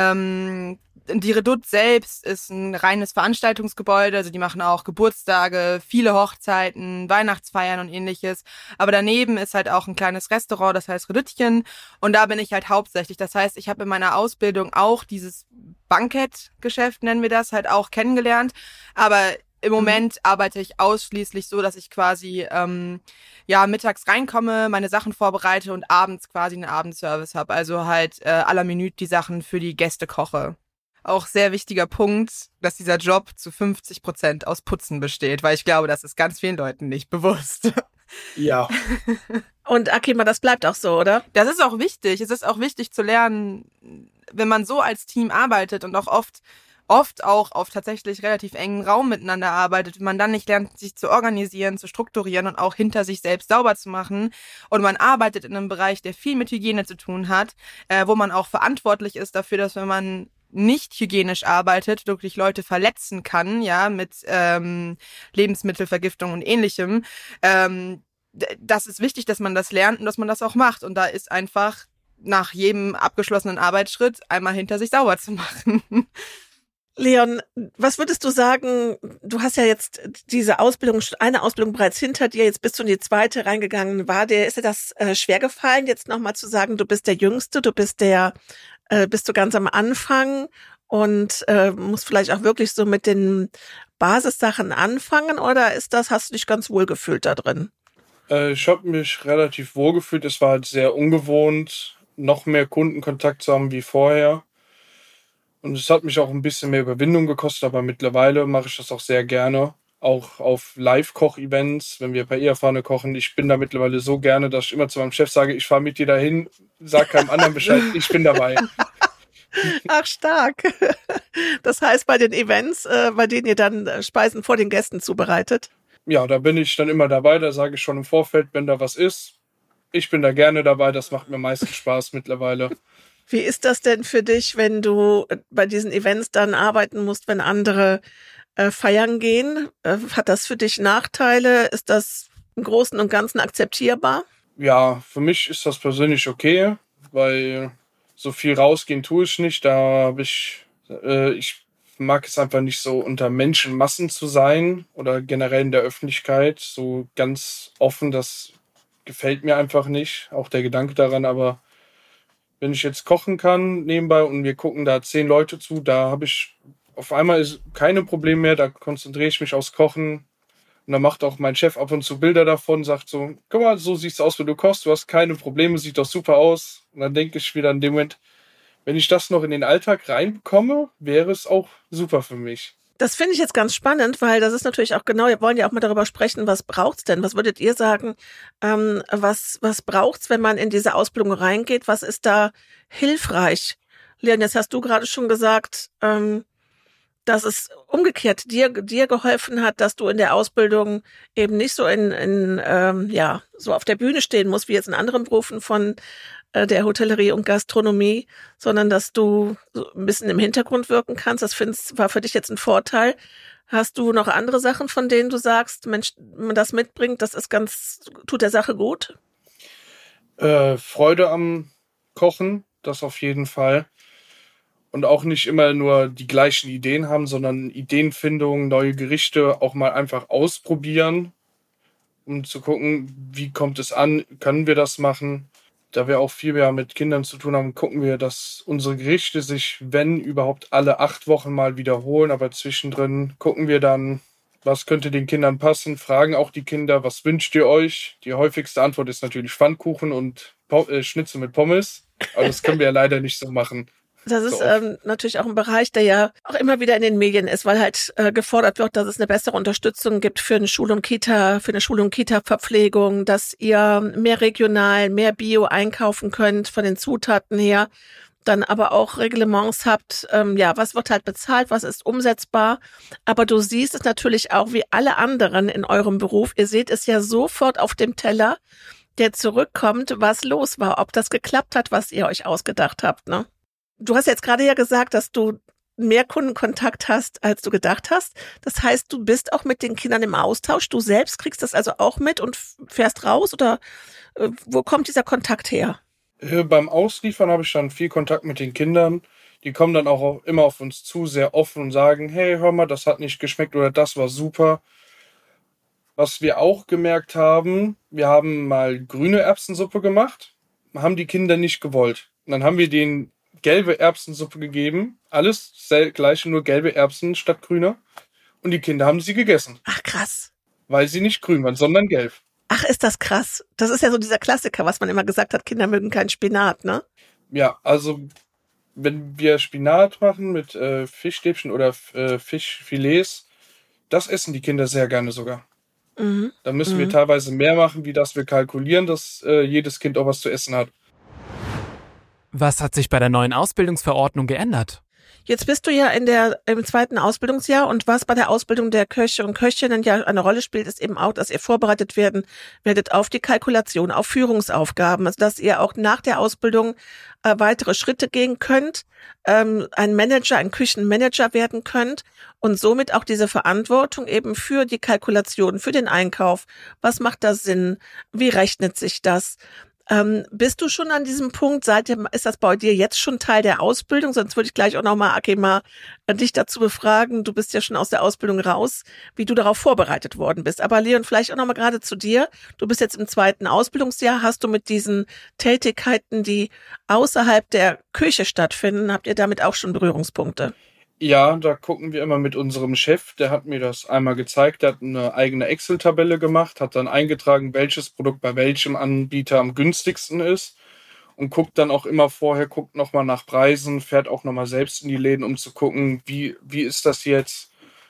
Die Redoute selbst ist ein reines Veranstaltungsgebäude, also die machen auch Geburtstage, viele Hochzeiten, Weihnachtsfeiern und ähnliches. Aber daneben ist halt auch ein kleines Restaurant, das heißt Redüttchen. Und da bin ich halt hauptsächlich. Das heißt, ich habe in meiner Ausbildung auch dieses Bankettgeschäft, nennen wir das, halt auch kennengelernt. Aber im Moment arbeite ich ausschließlich so, dass ich quasi mittags reinkomme, meine Sachen vorbereite und abends quasi einen Abendservice habe. Also halt à la Minute die Sachen für die Gäste koche. Auch sehr wichtiger Punkt, dass dieser Job zu 50% aus Putzen besteht, weil ich glaube, das ist ganz vielen Leuten nicht bewusst. Ja. Und Akima, das bleibt auch so, oder? Das ist auch wichtig. Es ist auch wichtig zu lernen, wenn man so als Team arbeitet und auch oft auch auf tatsächlich relativ engen Raum miteinander arbeitet, wenn man dann nicht lernt, sich zu organisieren, zu strukturieren und auch hinter sich selbst sauber zu machen. Und man arbeitet in einem Bereich, der viel mit Hygiene zu tun hat, wo man auch verantwortlich ist dafür, dass wenn man nicht hygienisch arbeitet, wirklich Leute verletzen kann, ja, mit Lebensmittelvergiftung und Ähnlichem. Das ist wichtig, dass man das lernt und dass man das auch macht. Und da ist einfach nach jedem abgeschlossenen Arbeitsschritt einmal hinter sich sauber zu machen. Leon, was würdest du sagen, du hast ja jetzt eine Ausbildung bereits hinter dir, jetzt bist du in die zweite reingegangen. Ist dir das schwer gefallen, jetzt nochmal zu sagen, du bist der Jüngste, bist du ganz am Anfang und musst vielleicht auch wirklich so mit den Basissachen anfangen, oder hast du dich ganz wohl gefühlt da drin? Ich habe mich relativ wohl gefühlt. Es war halt sehr ungewohnt, noch mehr Kundenkontakt zu haben wie vorher. Und es hat mich auch ein bisschen mehr Überwindung gekostet, aber mittlerweile mache ich das auch sehr gerne. Auch auf Live-Koch-Events, wenn wir per Eherfahne kochen. Ich bin da mittlerweile so gerne, dass ich immer zu meinem Chef sage, ich fahre mit dir dahin, sag keinem anderen Bescheid, ich bin dabei. Ach, stark. Das heißt, bei den Events, bei denen ihr dann Speisen vor den Gästen zubereitet? Ja, da bin ich dann immer dabei, da sage ich schon im Vorfeld, wenn da was ist. Ich bin da gerne dabei, das macht mir meistens Spaß mittlerweile. Wie ist das denn für dich, wenn du bei diesen Events dann arbeiten musst, wenn andere feiern gehen? Hat das für dich Nachteile? Ist das im Großen und Ganzen akzeptierbar? Ja, für mich ist das persönlich okay, weil so viel rausgehen tue ich nicht. Da habe ich mag es einfach nicht so, unter Menschenmassen zu sein oder generell in der Öffentlichkeit. So ganz offen, das gefällt mir einfach nicht. Auch der Gedanke daran, aber wenn ich jetzt kochen kann nebenbei und wir gucken da 10 Leute zu, da habe ich auf einmal keine Probleme mehr, da konzentriere ich mich aufs Kochen. Und dann macht auch mein Chef ab und zu Bilder davon, sagt so, guck mal, so sieht's aus, wenn du kochst, du hast keine Probleme, sieht doch super aus. Und dann denke ich wieder in dem Moment, wenn ich das noch in den Alltag reinbekomme, wäre es auch super für mich. Das finde ich jetzt ganz spannend, weil das ist natürlich auch genau, wir wollen ja auch mal darüber sprechen, was braucht's denn? Was würdet ihr sagen, was braucht's, wenn man in diese Ausbildung reingeht? Was ist da hilfreich? Leon, jetzt hast du gerade schon gesagt, dass es umgekehrt dir geholfen hat, dass du in der Ausbildung eben nicht so so auf der Bühne stehen musst, wie jetzt in anderen Berufen von der Hotellerie und Gastronomie, sondern dass du so ein bisschen im Hintergrund wirken kannst. War für dich jetzt ein Vorteil. Hast du noch andere Sachen, von denen du sagst, Mensch, wenn man das mitbringt, tut der Sache gut? Freude am Kochen, das auf jeden Fall. Und auch nicht immer nur die gleichen Ideen haben, sondern Ideenfindung, neue Gerichte auch mal einfach ausprobieren, um zu gucken, wie kommt es an, können wir das machen. Da wir auch viel mehr mit Kindern zu tun haben, gucken wir, dass unsere Gerichte sich, wenn überhaupt, alle 8 Wochen mal wiederholen. Aber zwischendrin gucken wir dann, was könnte den Kindern passen, fragen auch die Kinder, was wünscht ihr euch? Die häufigste Antwort ist natürlich Pfannkuchen und Schnitzel mit Pommes. Aber das können wir ja leider nicht so machen. Das ist natürlich auch ein Bereich, der ja auch immer wieder in den Medien ist, weil halt gefordert wird, dass es eine bessere Unterstützung gibt für eine Schul- und Kita-Verpflegung, dass ihr mehr regional, mehr Bio einkaufen könnt von den Zutaten her, dann aber auch Reglements habt, was wird halt bezahlt, was ist umsetzbar. Aber du siehst es natürlich auch wie alle anderen in eurem Beruf. Ihr seht es ja sofort auf dem Teller, der zurückkommt, was los war, ob das geklappt hat, was ihr euch ausgedacht habt, ne? Du hast jetzt gerade ja gesagt, dass du mehr Kundenkontakt hast, als du gedacht hast. Das heißt, du bist auch mit den Kindern im Austausch. Du selbst kriegst das also auch mit und fährst raus? Oder wo kommt dieser Kontakt her? Beim Ausliefern habe ich dann viel Kontakt mit den Kindern. Die kommen dann auch immer auf uns zu, sehr offen und sagen, hey, hör mal, das hat nicht geschmeckt oder das war super. Was wir auch gemerkt haben, wir haben mal grüne Erbsensuppe gemacht, haben die Kinder nicht gewollt. Und dann haben wir denen gelbe Erbsensuppe gegeben. Alles gleiche, nur gelbe Erbsen statt grüner. Und die Kinder haben sie gegessen. Ach, krass. Weil sie nicht grün waren, sondern gelb. Ach, ist das krass. Das ist ja so dieser Klassiker, was man immer gesagt hat, Kinder mögen keinen Spinat, ne? Ja, also wenn wir Spinat machen mit Fischstäbchen oder Fischfilets, das essen die Kinder sehr gerne sogar. Mhm. Da müssen wir teilweise mehr machen, wie dass wir kalkulieren, dass jedes Kind auch was zu essen hat. Was hat sich bei der neuen Ausbildungsverordnung geändert? Jetzt bist du ja im 2. Ausbildungsjahr und was bei der Ausbildung der Köche und Köchinnen ja eine Rolle spielt, ist eben auch, dass ihr vorbereitet werdet auf die Kalkulation, auf Führungsaufgaben, also dass ihr auch nach der Ausbildung weitere Schritte gehen könnt, ein Küchenmanager werden könnt und somit auch diese Verantwortung eben für die Kalkulation, für den Einkauf. Was macht da Sinn? Wie rechnet sich das? Bist du schon an diesem Punkt? Ist das bei dir jetzt schon Teil der Ausbildung? Sonst würde ich gleich auch nochmal, Akima, dich dazu befragen. Du bist ja schon aus der Ausbildung raus, wie du darauf vorbereitet worden bist. Aber Leon, vielleicht auch nochmal gerade zu dir. Du bist jetzt im 2. Ausbildungsjahr. Hast du mit diesen Tätigkeiten, die außerhalb der Küche stattfinden, habt ihr damit auch schon Berührungspunkte? Ja, da gucken wir immer mit unserem Chef, der hat mir das einmal gezeigt, der hat eine eigene Excel-Tabelle gemacht, hat dann eingetragen, welches Produkt bei welchem Anbieter am günstigsten ist und guckt dann auch immer vorher, guckt nochmal nach Preisen, fährt auch nochmal selbst in die Läden, um zu gucken, wie ist das jetzt.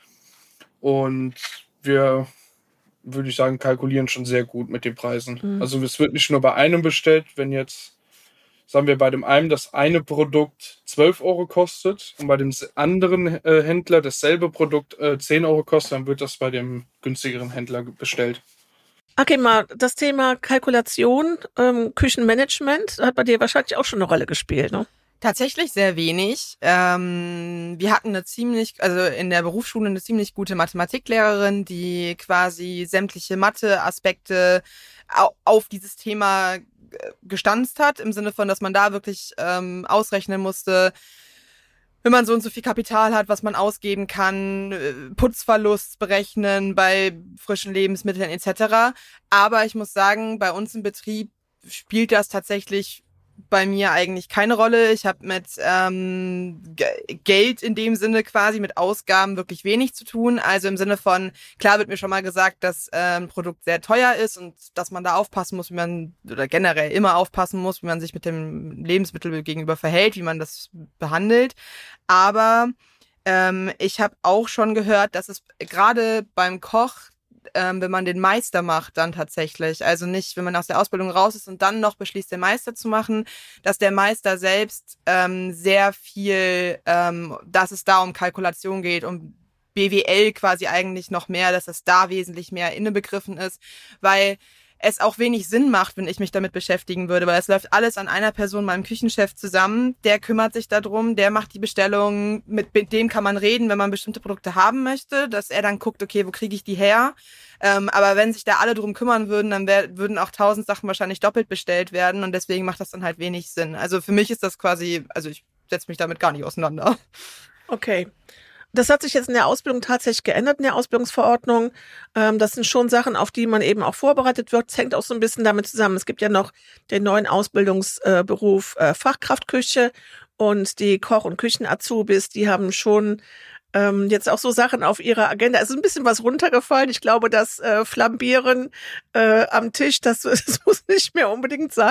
Und wir, würde ich sagen, kalkulieren schon sehr gut mit den Preisen. Also es wird nicht nur bei einem bestellt, wenn jetzt, sagen wir, bei dem einen das eine Produkt 12 Euro kostet und bei dem anderen Händler dasselbe Produkt 10 Euro kostet, dann wird das bei dem günstigeren Händler bestellt. Okay, mal das Thema Kalkulation, Küchenmanagement hat bei dir wahrscheinlich auch schon eine Rolle gespielt, ne? Tatsächlich sehr wenig. Wir hatten in der Berufsschule eine ziemlich gute Mathematiklehrerin, die quasi sämtliche Mathe-Aspekte auf dieses Thema gestanzt hat, im Sinne von, dass man da wirklich ausrechnen musste, wenn man so und so viel Kapital hat, was man ausgeben kann, Putzverlust berechnen bei frischen Lebensmitteln etc. Aber ich muss sagen, bei uns im Betrieb spielt das tatsächlich bei mir eigentlich keine Rolle. Ich habe mit Geld in dem Sinne quasi, mit Ausgaben wirklich wenig zu tun. Also im Sinne von, klar wird mir schon mal gesagt, dass ein Produkt sehr teuer ist und dass man da aufpassen muss, oder generell immer aufpassen muss, wie man sich mit dem Lebensmittel gegenüber verhält, wie man das behandelt. Aber ich habe auch schon gehört, dass es gerade beim Koch, wenn man den Meister macht, dann tatsächlich, also nicht, wenn man aus der Ausbildung raus ist und dann noch beschließt, den Meister zu machen, dass der Meister selbst sehr viel, dass es da um Kalkulation geht, um BWL quasi eigentlich noch mehr, dass es da wesentlich mehr innebegriffen ist, weil es auch wenig Sinn macht, wenn ich mich damit beschäftigen würde, weil es läuft alles an einer Person, meinem Küchenchef, zusammen. Der kümmert sich darum, der macht die Bestellung, mit dem kann man reden, wenn man bestimmte Produkte haben möchte, dass er dann guckt, okay, wo kriege ich die her? Aber wenn sich da alle drum kümmern würden, dann würden auch 1000 Sachen wahrscheinlich doppelt bestellt werden und deswegen macht das dann halt wenig Sinn. Also für mich ist das quasi, also ich setze mich damit gar nicht auseinander. Okay. Das hat sich jetzt in der Ausbildung tatsächlich geändert, in der Ausbildungsverordnung. Das sind schon Sachen, auf die man eben auch vorbereitet wird. Es hängt auch so ein bisschen damit zusammen. Es gibt ja noch den neuen Ausbildungsberuf Fachkraftküche und die Koch- und Küchen-Azubis, die haben schon jetzt auch so Sachen auf ihrer Agenda. Es ist ein bisschen was runtergefallen. Ich glaube, das Flambieren am Tisch, das muss nicht mehr unbedingt sein.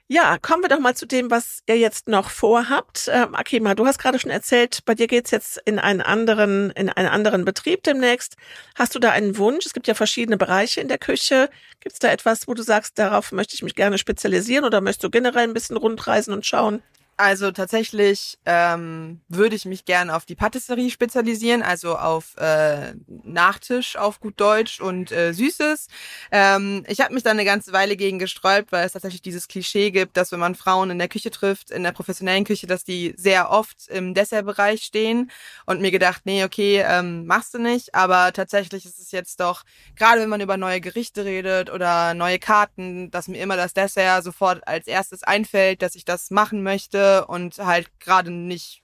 Ja, kommen wir doch mal zu dem, was ihr jetzt noch vorhabt. Akima, du hast gerade schon erzählt, bei dir geht's jetzt in einen anderen Betrieb demnächst. Hast du da einen Wunsch? Es gibt ja verschiedene Bereiche in der Küche. Gibt's da etwas, wo du sagst, darauf möchte ich mich gerne spezialisieren oder möchtest du generell ein bisschen rundreisen und schauen? Also tatsächlich würde ich mich gerne auf die Patisserie spezialisieren, also auf Nachtisch auf gut Deutsch und Süßes. Ich habe mich da eine ganze Weile gegen gesträubt, weil es tatsächlich dieses Klischee gibt, dass wenn man Frauen in der Küche trifft, in der professionellen Küche, dass die sehr oft im Dessertbereich stehen und mir gedacht, nee, okay, machst du nicht. Aber tatsächlich ist es jetzt doch, gerade wenn man über neue Gerichte redet oder neue Karten, dass mir immer das Dessert sofort als erstes einfällt, dass ich das machen möchte und halt gerade nicht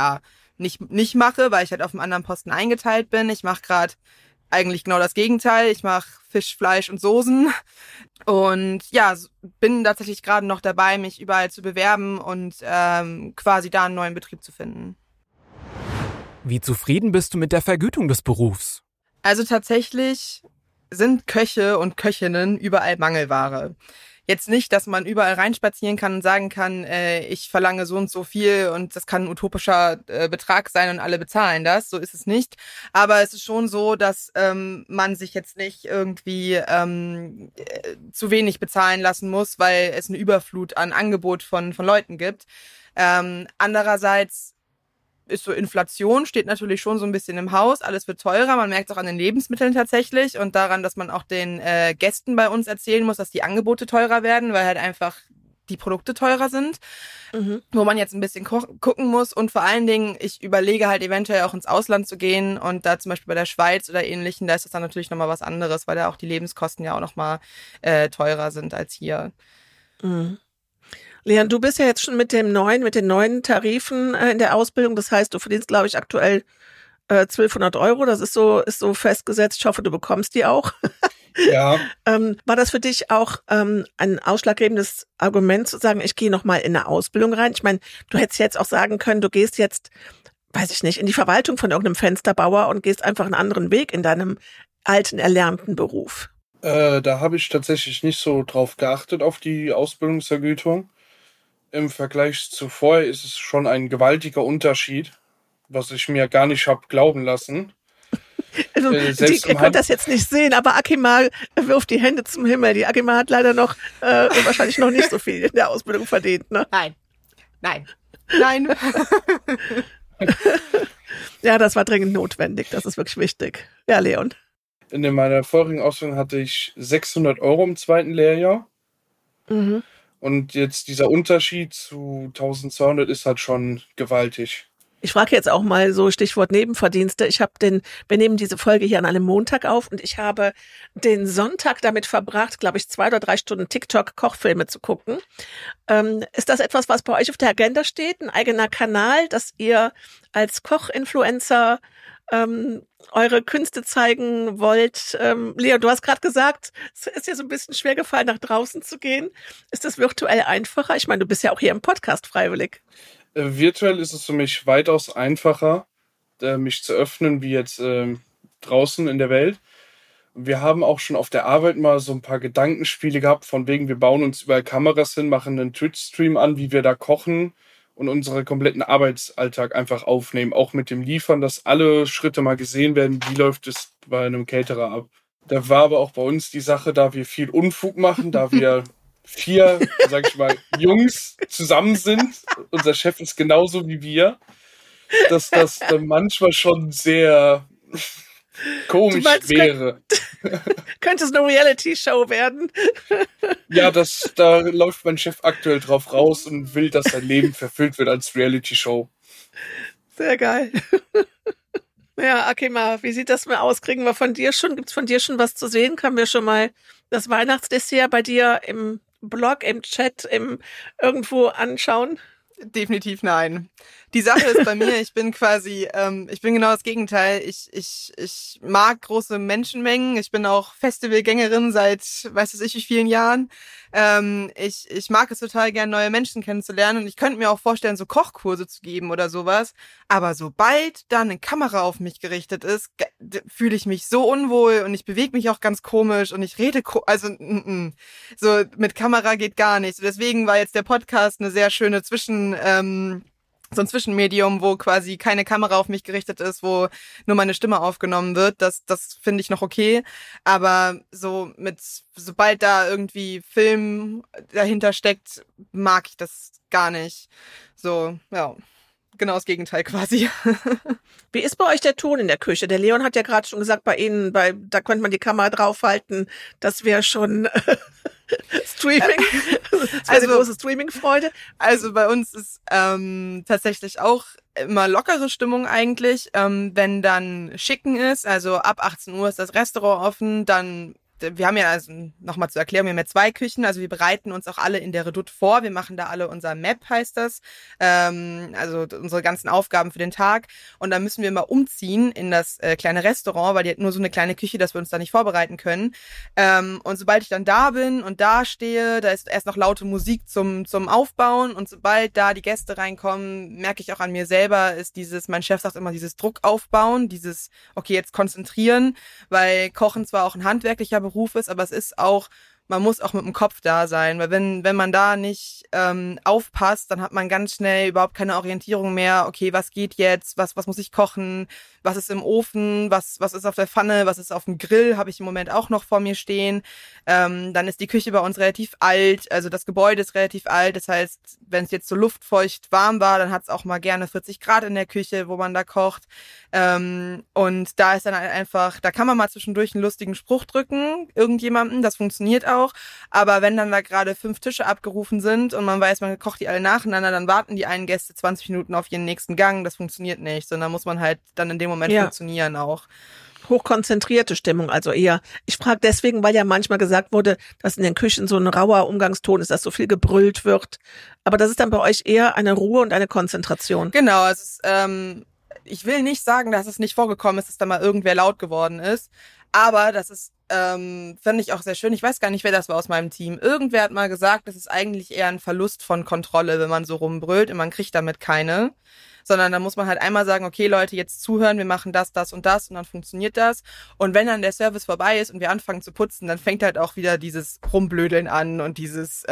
mache, weil ich halt auf einem anderen Posten eingeteilt bin. Ich mache gerade eigentlich genau das Gegenteil. Ich mache Fisch, Fleisch und Soßen und ja, bin tatsächlich gerade noch dabei, mich überall zu bewerben und quasi da einen neuen Betrieb zu finden. Wie zufrieden bist du mit der Vergütung des Berufs? Also tatsächlich sind Köche und Köchinnen überall Mangelware. Jetzt nicht, dass man überall reinspazieren kann und sagen kann, ich verlange so und so viel und das kann ein utopischer Betrag sein und alle bezahlen das. So ist es nicht. Aber es ist schon so, dass man sich jetzt nicht irgendwie zu wenig bezahlen lassen muss, weil es eine Überflut an Angebot von Leuten gibt. Andererseits ist so Inflation, steht natürlich schon so ein bisschen im Haus. Alles wird teurer. Man merkt es auch an den Lebensmitteln tatsächlich und daran, dass man auch den Gästen bei uns erzählen muss, dass die Angebote teurer werden, weil halt einfach die Produkte teurer sind. Wo man jetzt ein bisschen gucken muss. Und vor allen Dingen, ich überlege halt eventuell auch ins Ausland zu gehen und da zum Beispiel bei der Schweiz oder Ähnlichen, da ist das dann natürlich nochmal was anderes, weil da auch die Lebenskosten ja auch nochmal teurer sind als hier. Mhm. Leon, du bist ja jetzt schon mit den neuen Tarifen in der Ausbildung. Das heißt, du verdienst, glaube ich, aktuell 1.200 €. Das ist so festgesetzt. Ich hoffe, du bekommst die auch. Ja. War das für dich auch ein ausschlaggebendes Argument zu sagen, ich gehe nochmal in eine Ausbildung rein? Ich meine, du hättest jetzt auch sagen können, du gehst jetzt, weiß ich nicht, in die Verwaltung von irgendeinem Fensterbauer und gehst einfach einen anderen Weg in deinem alten, erlernten Beruf. Da habe ich tatsächlich nicht so drauf geachtet, auf die Ausbildungsvergütung. Im Vergleich zu vorher ist es schon ein gewaltiger Unterschied, was ich mir gar nicht habe glauben lassen. Also, ihr könnt das jetzt nicht sehen, aber Akima wirft die Hände zum Himmel. Die Akima hat leider noch wahrscheinlich noch nicht so viel in der Ausbildung verdient, ne? Nein. Ja, das war dringend notwendig. Das ist wirklich wichtig. Ja, Leon. In meiner vorigen Ausbildung hatte ich 600 € im zweiten Lehrjahr. Mhm. Und jetzt dieser Unterschied zu 1.200 ist halt schon gewaltig. Ich frage jetzt auch mal so Stichwort Nebenverdienste. Wir nehmen diese Folge hier an einem Montag auf und ich habe den Sonntag damit verbracht, glaube ich, 2 oder 3 Stunden TikTok-Kochfilme zu gucken. Ist das etwas, was bei euch auf der Agenda steht? Ein eigener Kanal, dass ihr als Koch-Influencer eure Künste zeigen wollt? Leon, du hast gerade gesagt, es ist dir so ein bisschen schwer gefallen, nach draußen zu gehen. Ist das virtuell einfacher? Ich meine, du bist ja auch hier im Podcast freiwillig. Virtuell ist es für mich weitaus einfacher, mich zu öffnen, wie jetzt draußen in der Welt. Wir haben auch schon auf der Arbeit mal so ein paar Gedankenspiele gehabt, von wegen, wir bauen uns überall Kameras hin, machen einen Twitch-Stream an, wie wir da kochen und unseren kompletten Arbeitsalltag einfach aufnehmen. Auch mit dem Liefern, dass alle Schritte mal gesehen werden, wie läuft es bei einem Caterer ab. Da war aber auch bei uns die Sache, da wir viel Unfug machen, da wir 4, sag ich mal, Jungs zusammen sind. Unser Chef ist genauso wie wir. Dass das dann manchmal schon sehr komisch wäre. Könnte es eine Reality-Show werden? Ja, da läuft mein Chef aktuell drauf raus und will, dass sein Leben verfüllt wird als Reality-Show. Sehr geil. Ja, Akima, wie sieht das mal aus? Kriegen wir von dir schon? Gibt's von dir schon was zu sehen? Können wir schon mal das Weihnachtsdessert bei dir im Blog, im Chat, irgendwo anschauen? Definitiv nein. Die Sache ist bei mir, ich bin genau das Gegenteil. Ich mag große Menschenmengen. Ich bin auch Festivalgängerin seit, weiß es ich, wie vielen Jahren. Ich mag es total gern, neue Menschen kennenzulernen und ich könnte mir auch vorstellen, so Kochkurse zu geben oder sowas. Aber sobald da eine Kamera auf mich gerichtet ist, fühle ich mich so unwohl und ich bewege mich auch ganz komisch und ich rede, so mit Kamera geht gar nicht. Deswegen war jetzt der Podcast eine sehr schöne so ein Zwischenmedium, wo quasi keine Kamera auf mich gerichtet ist, wo nur meine Stimme aufgenommen wird. Das finde ich noch okay. Aber sobald da irgendwie Film dahinter steckt, mag ich das gar nicht. So, ja. Genau das Gegenteil quasi. Wie ist bei euch der Ton in der Küche? Der Leon hat ja gerade schon gesagt, bei Ihnen, da könnte man die Kamera draufhalten. Das wäre schon Streaming. Das wäre eine große Streaming-Freude. Also bei uns ist tatsächlich auch immer lockere Stimmung eigentlich. Wenn dann Schicken ist, also ab 18 Uhr ist das Restaurant offen, dann wir haben ja, also nochmal zur Erklärung, wir haben ja 2 Küchen, also wir bereiten uns auch alle in der Redoute vor, wir machen da alle unser Map, heißt das, also unsere ganzen Aufgaben für den Tag und dann müssen wir immer umziehen in das kleine Restaurant, weil die hat nur so eine kleine Küche, dass wir uns da nicht vorbereiten können und sobald ich dann da bin und da stehe, da ist erst noch laute Musik zum Aufbauen und sobald da die Gäste reinkommen, merke ich auch an mir selber, ist mein Chef sagt immer, dieses Druck aufbauen, dieses, okay, jetzt konzentrieren, weil Kochen zwar auch ein handwerklicher Beruf ist, aber es ist auch, man muss auch mit dem Kopf da sein, weil wenn man da nicht aufpasst, dann hat man ganz schnell überhaupt keine Orientierung mehr, okay, was geht jetzt, was muss ich kochen, was ist im Ofen, was ist auf der Pfanne, was ist auf dem Grill, habe ich im Moment auch noch vor mir stehen. Dann ist die Küche bei uns relativ alt, also das Gebäude ist relativ alt, das heißt, wenn es jetzt so luftfeucht warm war, dann hat es auch mal gerne 40 Grad in der Küche, wo man da kocht. Und da ist dann einfach, da kann man mal zwischendurch einen lustigen Spruch drücken, irgendjemanden, das funktioniert auch. Aber wenn dann da gerade 5 Tische abgerufen sind und man weiß, man kocht die alle nacheinander, dann warten die einen Gäste 20 Minuten auf ihren nächsten Gang. Das funktioniert nicht, sondern muss man halt dann in dem Moment funktionieren auch. Hochkonzentrierte Stimmung, also eher. Ich frage deswegen, weil ja manchmal gesagt wurde, dass in den Küchen so ein rauer Umgangston ist, dass so viel gebrüllt wird. Aber das ist dann bei euch eher eine Ruhe und eine Konzentration. Genau, es ist, ich will nicht sagen, dass es nicht vorgekommen ist, dass da mal irgendwer laut geworden ist. Aber das ist, fand ich auch sehr schön. Ich weiß gar nicht, wer das war aus meinem Team. Irgendwer hat mal gesagt, das ist eigentlich eher ein Verlust von Kontrolle, wenn man so rumbrüllt und man kriegt damit keine. Sondern da muss man halt einmal sagen, okay Leute, jetzt zuhören, wir machen das und das und dann funktioniert das. Und wenn dann der Service vorbei ist und wir anfangen zu putzen, dann fängt halt auch wieder dieses Rumblödeln an und dieses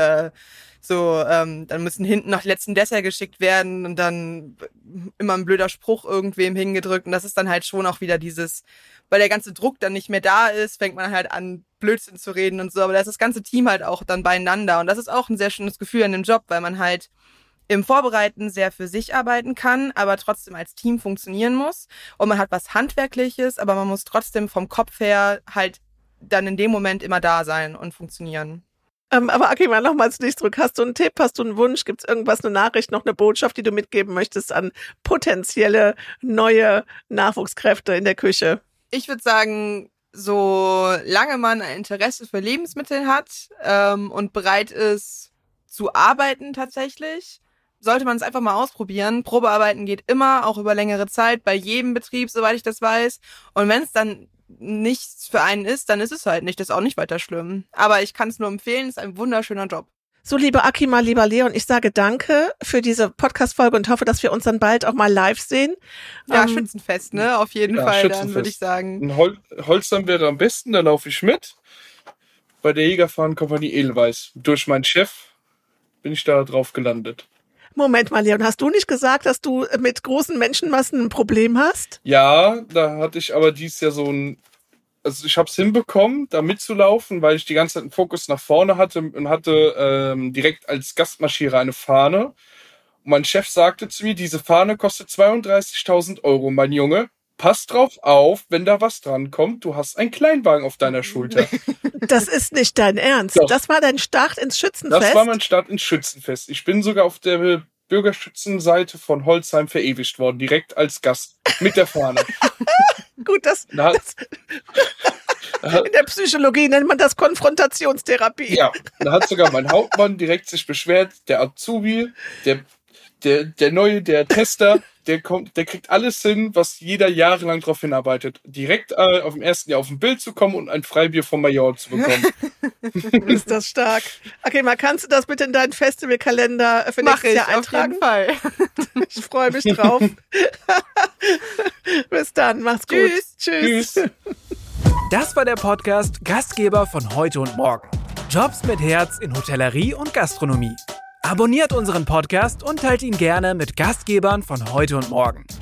dann müssen hinten noch die letzten Dessert geschickt werden und dann immer ein blöder Spruch irgendwem hingedrückt. Und das ist dann halt schon auch wieder dieses, weil der ganze Druck dann nicht mehr da ist, fängt man halt an, Blödsinn zu reden und so. Aber da ist das ganze Team halt auch dann beieinander. Und das ist auch ein sehr schönes Gefühl an dem Job, weil man halt im Vorbereiten sehr für sich arbeiten kann, aber trotzdem als Team funktionieren muss. Und man hat was Handwerkliches, aber man muss trotzdem vom Kopf her halt dann in dem Moment immer da sein und funktionieren. Aber Aki, mal nochmal zu dich zurück. Hast du einen Tipp, hast du einen Wunsch? Gibt es irgendwas, eine Nachricht, noch eine Botschaft, die du mitgeben möchtest an potenzielle neue Nachwuchskräfte in der Küche? Ich würde sagen, solange man ein Interesse für Lebensmittel hat und bereit ist zu arbeiten tatsächlich, sollte man es einfach mal ausprobieren. Probearbeiten geht immer, auch über längere Zeit, bei jedem Betrieb, soweit ich das weiß. Und wenn es dann nichts für einen ist, dann ist es halt nicht. Das ist auch nicht weiter schlimm. Aber ich kann es nur empfehlen, es ist ein wunderschöner Job. So, liebe Akima, lieber Leon, ich sage danke für diese Podcast-Folge und hoffe, dass wir uns dann bald auch mal live sehen. Ja, Schützenfest, ne? Auf jeden Fall, dann würde ich sagen. Ein Holzdamm wäre am besten, da laufe ich mit. Bei der Jägerfahnenkompanie Edelweiß. Durch meinen Chef bin ich da drauf gelandet. Moment mal, Leon, hast du nicht gesagt, dass du mit großen Menschenmassen ein Problem hast? Ja, da hatte ich aber dieses Jahr also ich habe es hinbekommen, da mitzulaufen, weil ich die ganze Zeit einen Fokus nach vorne hatte und hatte direkt als Gastmarschierer eine Fahne. Und mein Chef sagte zu mir, diese Fahne kostet 32.000 €, mein Junge. Pass drauf auf, wenn da was dran kommt, du hast einen Kleinwagen auf deiner Schulter. Das ist nicht dein Ernst. Doch. Das war dein Start ins Schützenfest? Das war mein Start ins Schützenfest. Ich bin sogar auf der Bürgerschützenseite von Holzheim verewigt worden, direkt als Gast mit der Fahne. Gut, in der Psychologie nennt man das Konfrontationstherapie. Ja, da hat sogar mein Hauptmann direkt sich beschwert, der Azubi, Der Neue, der Tester, der kriegt alles hin, was jeder jahrelang drauf hinarbeitet. Direkt auf dem ersten Jahr auf ein Bild zu kommen und ein Freibier vom Major zu bekommen. Ist das stark. Okay, mal kannst du das bitte in deinen Festivalkalender für nächstes Jahr eintragen? Auf jeden Fall. Ich freue mich drauf. Bis dann, mach's gut. Tschüss. Das war der Podcast Gastgeber von heute und morgen. Jobs mit Herz in Hotellerie und Gastronomie. Abonniert unseren Podcast und teilt ihn gerne mit Gastgebern von heute und morgen.